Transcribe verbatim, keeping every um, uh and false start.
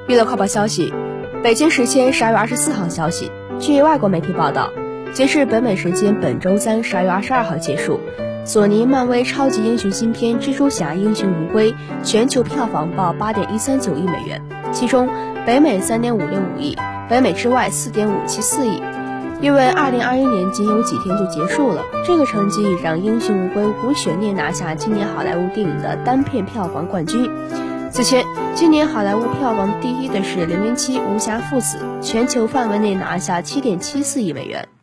娱乐快报消息，北京时间十二月二十四号消息，据外国媒体报道，截至北美时间本周三十二月二十二号结束，索尼漫威超级英雄新片《蜘蛛侠：英雄无归》全球票房报八点一三九亿美元，其中北美三点五六五亿，北美之外四点五七四亿。因为二零二一年仅有几天就结束了，这个成绩让《英雄无归》无悬念拿下今年好莱坞电影的单片票房冠军。此前，今年好莱坞票房第一的是《零零七：无暇赴死》，全球范围内拿下七点七四亿美元。